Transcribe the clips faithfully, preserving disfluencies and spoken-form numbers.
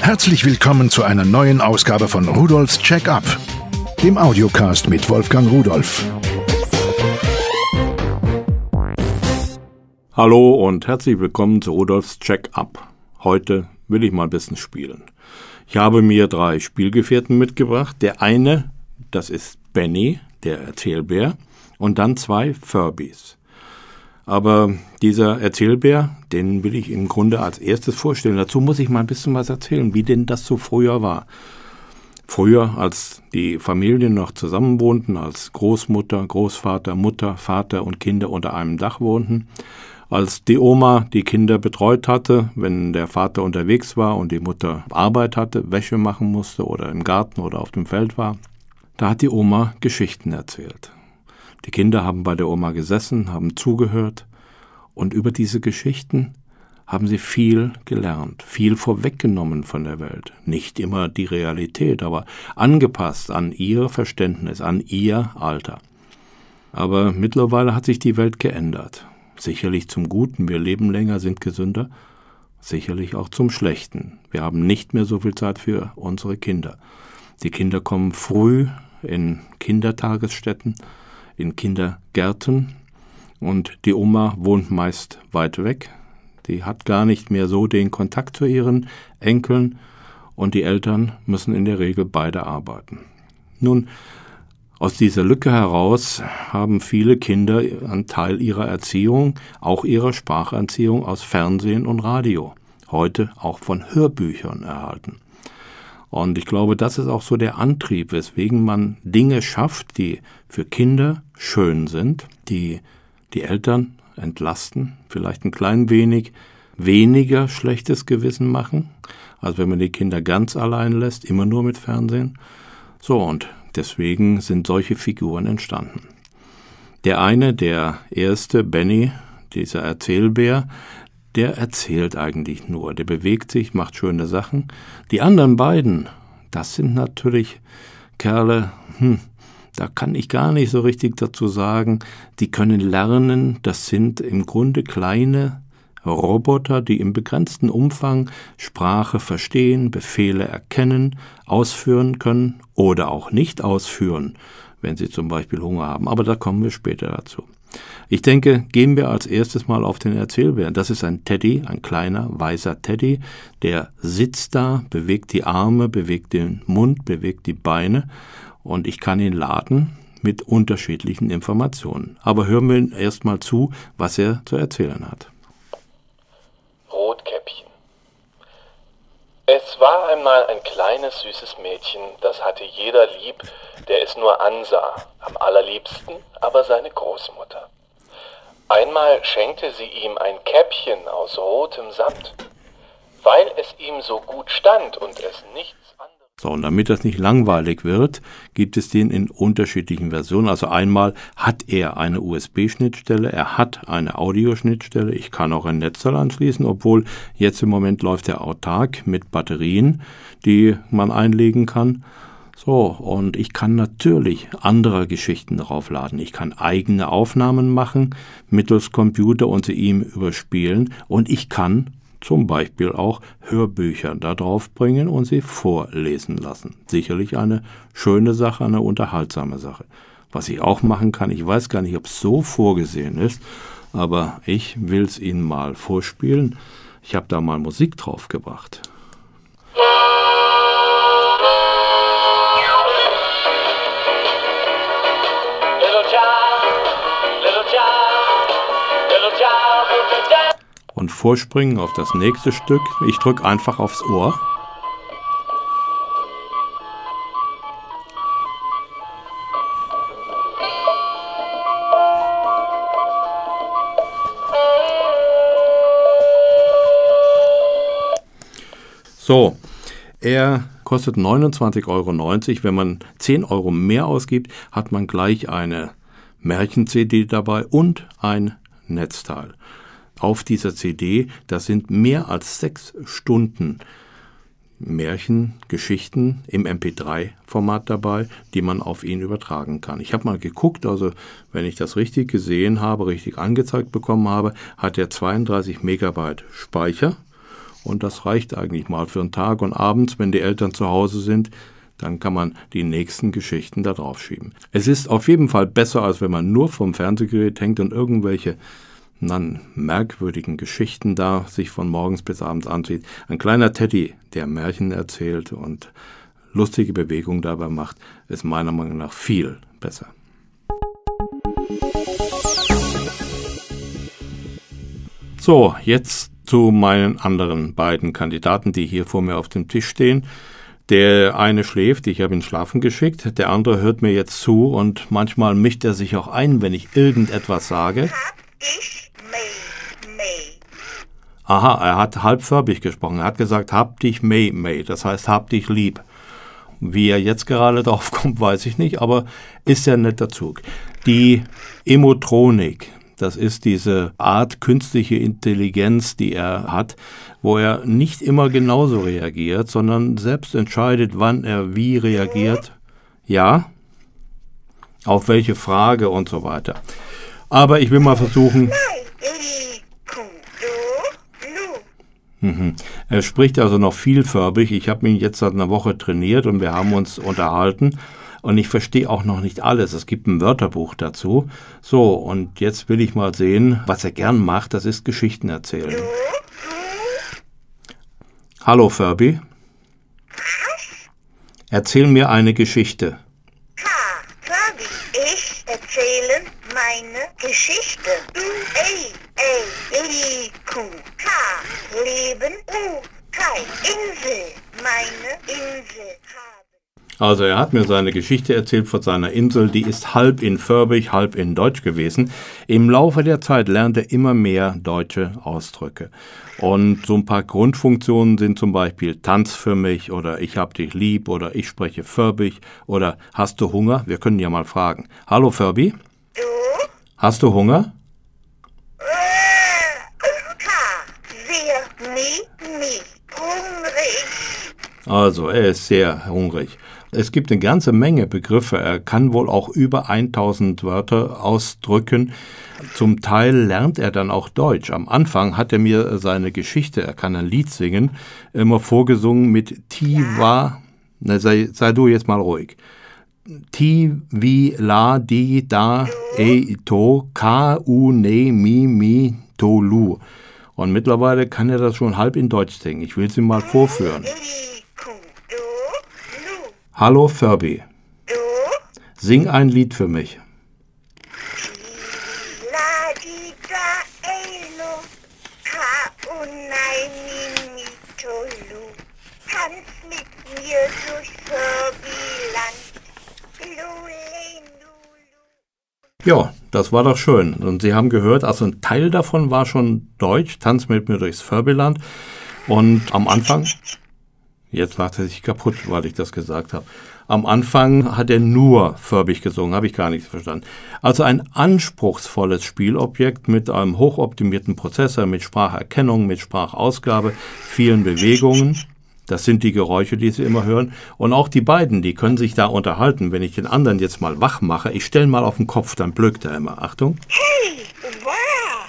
Herzlich willkommen zu einer neuen Ausgabe von Rudolfs Check-up, dem Audiocast mit Wolfgang Rudolf. Hallo und herzlich willkommen zu Rudolfs Check-up. Heute will ich mal ein bisschen spielen. Ich habe mir drei Spielgefährten mitgebracht. Der eine, das ist Benny, der Erzählbär, und dann zwei Furbies. Aber dieser Erzählbär, den will ich im Grunde als erstes vorstellen. Dazu muss ich mal ein bisschen was erzählen, wie denn das so früher war. Früher, als die Familien noch zusammen wohnten, als Großmutter, Großvater, Mutter, Vater und Kinder unter einem Dach wohnten, als die Oma die Kinder betreut hatte, wenn der Vater unterwegs war und die Mutter Arbeit hatte, Wäsche machen musste oder im Garten oder auf dem Feld war, da hat die Oma Geschichten erzählt. Die Kinder haben bei der Oma gesessen, haben zugehört und über diese Geschichten haben sie viel gelernt, viel vorweggenommen von der Welt. Nicht immer die Realität, aber angepasst an ihr Verständnis, an ihr Alter. Aber mittlerweile hat sich die Welt geändert. Sicherlich zum Guten, wir leben länger, sind gesünder, sicherlich auch zum Schlechten. Wir haben nicht mehr so viel Zeit für unsere Kinder. Die Kinder kommen früh in Kindertagesstätten, in Kindergärten und die Oma wohnt meist weit weg. Die hat gar nicht mehr so den Kontakt zu ihren Enkeln und die Eltern müssen in der Regel beide arbeiten. Nun, aus dieser Lücke heraus haben viele Kinder einen Teil ihrer Erziehung, auch ihrer Spracherziehung aus Fernsehen und Radio, heute auch von Hörbüchern erhalten. Und ich glaube, das ist auch so der Antrieb, weswegen man Dinge schafft, die für Kinder schön sind, die die Eltern entlasten, vielleicht ein klein wenig weniger schlechtes Gewissen machen, als wenn man die Kinder ganz allein lässt, immer nur mit Fernsehen. So, und deswegen sind solche Figuren entstanden. Der eine, der erste, Benny, dieser Erzählbär, der erzählt eigentlich nur, der bewegt sich, macht schöne Sachen. Die anderen beiden, das sind natürlich Kerle, hm, da kann ich gar nicht so richtig dazu sagen, die können lernen, das sind im Grunde kleine Roboter, die im begrenzten Umfang Sprache verstehen, Befehle erkennen, ausführen können oder auch nicht ausführen, wenn sie zum Beispiel Hunger haben. Aber da kommen wir später dazu. Ich denke, gehen wir als erstes mal auf den Erzählbären. Das ist ein Teddy, ein kleiner, weißer Teddy, der sitzt da, bewegt die Arme, bewegt den Mund, bewegt die Beine und ich kann ihn laden mit unterschiedlichen Informationen. Aber hören wir erst mal zu, was er zu erzählen hat. Rotkäppchen. Es war einmal ein kleines, süßes Mädchen, das hatte jeder lieb, der es nur ansah, am allerliebsten aber seine Großmutter. Einmal schenkte sie ihm ein Käppchen aus rotem Samt, weil es ihm so gut stand und es nichts anderes... So, und damit das nicht langweilig wird, gibt es den in unterschiedlichen Versionen. Also einmal hat er eine U S B-Schnittstelle, er hat eine Audioschnittstelle, ich kann auch ein Netzteil anschließen, obwohl jetzt im Moment läuft er autark mit Batterien, die man einlegen kann. So, und ich kann natürlich andere Geschichten draufladen. Ich kann eigene Aufnahmen machen mittels Computer und sie ihm überspielen und ich kann zum Beispiel auch Hörbücher da drauf bringen und sie vorlesen lassen. Sicherlich eine schöne Sache, eine unterhaltsame Sache. Was ich auch machen kann, ich weiß gar nicht, ob es so vorgesehen ist, aber ich will es Ihnen mal vorspielen. Ich habe da mal Musik drauf gebracht. Und vorspringen auf das nächste Stück. Ich drücke einfach aufs Ohr. So, er kostet neunundzwanzig Euro neunzig. Wenn man zehn Euro mehr ausgibt, hat man gleich eine Märchen-C D dabei und ein Netzteil. Auf dieser C D, das sind mehr als sechs Stunden Märchen, Geschichten im M P drei Format dabei, die man auf ihn übertragen kann. Ich habe mal geguckt, also wenn ich das richtig gesehen habe, richtig angezeigt bekommen habe, hat er zweiunddreißig Megabyte Speicher Und das reicht eigentlich mal für einen Tag. Und abends, wenn die Eltern zu Hause sind, dann kann man die nächsten Geschichten da drauf schieben. Es ist auf jeden Fall besser, als wenn man nur vom Fernsehgerät hängt und irgendwelche dann merkwürdigen Geschichten da sich von morgens bis abends ansieht. Ein kleiner Teddy, der Märchen erzählt und lustige Bewegungen dabei macht, ist meiner Meinung nach viel besser. So, jetzt zu meinen anderen beiden Kandidaten, die hier vor mir auf dem Tisch stehen. Der eine schläft, ich habe ihn schlafen geschickt, der andere hört mir jetzt zu und manchmal mischt er sich auch ein, wenn ich irgendetwas sage. Aha, er hat halbförbig gesprochen. Er hat gesagt, hab dich May, May. Das heißt, hab dich lieb. Wie er jetzt gerade drauf kommt, weiß ich nicht, aber ist ja ein netter Zug. Die Emotronik, das ist diese Art künstliche Intelligenz, die er hat, wo er nicht immer genauso reagiert, sondern selbst entscheidet, wann er wie reagiert. Ja, auf welche Frage und so weiter. Aber ich will mal versuchen... Mhm. Er spricht also noch vielförbig. Ich habe ihn jetzt seit einer Woche trainiert und wir haben uns unterhalten und ich verstehe auch noch nicht alles. Es gibt ein Wörterbuch dazu. So, und jetzt will ich mal sehen, was er gern macht. Das ist Geschichten erzählen. Hallo Furby. Erzähl mir eine Geschichte. Ha, Furby, ich erzähle meine Geschichte. U, E, E, I, Q, K, Leben, U, Kai, Insel, meine Insel haben. Also er hat mir seine Geschichte erzählt von seiner Insel, die ist halb in Furbisch, halb in Deutsch gewesen. Im Laufe der Zeit lernt er immer mehr deutsche Ausdrücke. Und so ein paar Grundfunktionen sind zum Beispiel Tanz für mich oder ich hab dich lieb oder ich spreche Furbisch oder hast du Hunger? Wir können ja mal fragen. Hallo Furby? Du? Hast du Hunger? Sehr, nie, nie. Hungrig. Also, er ist sehr hungrig. Es gibt eine ganze Menge Begriffe. Er kann wohl auch über tausend Wörter ausdrücken. Zum Teil lernt er dann auch Deutsch. Am Anfang hat er mir seine Geschichte, er kann ein Lied singen, immer vorgesungen mit Ti, Wa. Na, sei, sei du jetzt mal ruhig. Ti, Vi, La, Di, Da, E, To, Ka, U, Ne, Mi, Mi, To, Lu. Und mittlerweile kann er das schon halb in Deutsch singen. Ich will es ihm mal vorführen. Hallo Furby. Sing ein Lied für mich. Tanz mit mir durch Furbyland. Ja, das war doch schön. Und Sie haben gehört, also ein Teil davon war schon Deutsch, Tanz mit mir durchs Furbyland. Und am Anfang, jetzt lacht er sich kaputt, weil ich das gesagt habe. Am Anfang hat er nur Furbisch gesungen, habe ich gar nichts verstanden. Also ein anspruchsvolles Spielobjekt mit einem hochoptimierten Prozessor, mit Spracherkennung, mit Sprachausgabe, vielen Bewegungen. Das sind die Geräusche, die Sie immer hören. Und auch die beiden, die können sich da unterhalten. Wenn ich den anderen jetzt mal wach mache, ich stelle mal auf den Kopf, dann blökt er immer. Achtung. Hey, wow.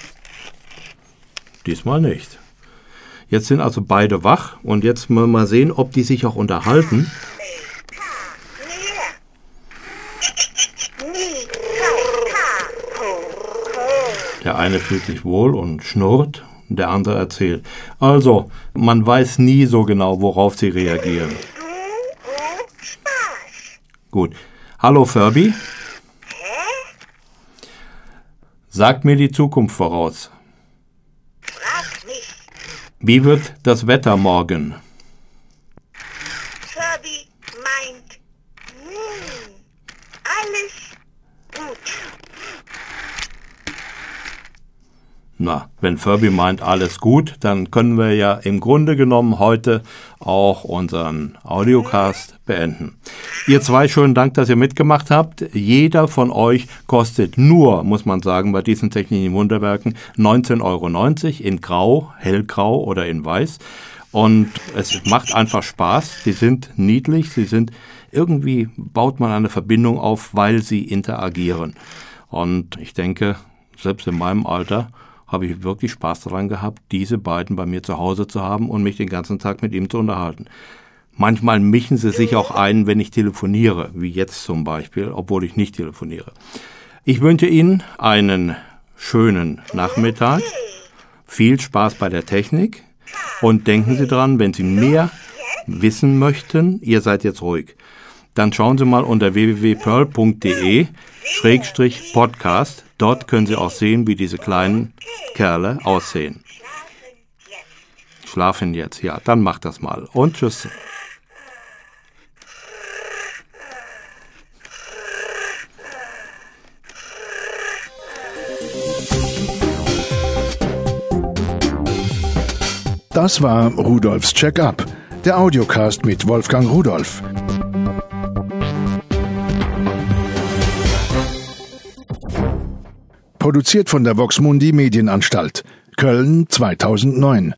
Diesmal nicht. Jetzt sind also beide wach und jetzt mal, mal sehen, ob die sich auch unterhalten. Der eine fühlt sich wohl und schnurrt. Der andere erzählt. Also, man weiß nie so genau, worauf sie reagieren. Gut. Hallo Furby. Sag mir die Zukunft voraus. Wie wird das Wetter morgen? Furby meint, hm, alles gut. Na, wenn Furby meint alles gut, dann können wir ja im Grunde genommen heute auch unseren Audiocast beenden. Ihr zwei, schönen Dank, dass ihr mitgemacht habt. Jeder von euch kostet nur, muss man sagen, bei diesen technischen Wunderwerken neunzehn Euro neunzig in Grau, Hellgrau oder in Weiß. Und es macht einfach Spaß. Sie sind niedlich, sie sind, irgendwie baut man eine Verbindung auf, weil sie interagieren. Und ich denke, selbst in meinem Alter habe ich wirklich Spaß daran gehabt, diese beiden bei mir zu Hause zu haben und mich den ganzen Tag mit ihm zu unterhalten. Manchmal mischen sie sich auch ein, wenn ich telefoniere, wie jetzt zum Beispiel, obwohl ich nicht telefoniere. Ich wünsche Ihnen einen schönen Nachmittag, viel Spaß bei der Technik und denken Sie dran, wenn Sie mehr wissen möchten, ihr seid jetzt ruhig, dann schauen Sie mal unter w w w punkt pearl punkt d e Schrägstrich Podcast. Dort können Sie auch sehen, wie diese kleinen Kerle aussehen. Schlafen jetzt, ja, dann macht das mal und tschüss. Das war Rudolfs Check-up, der Audiocast mit Wolfgang Rudolf. Produziert von der Vox Mundi Medienanstalt, Köln zweitausendneun.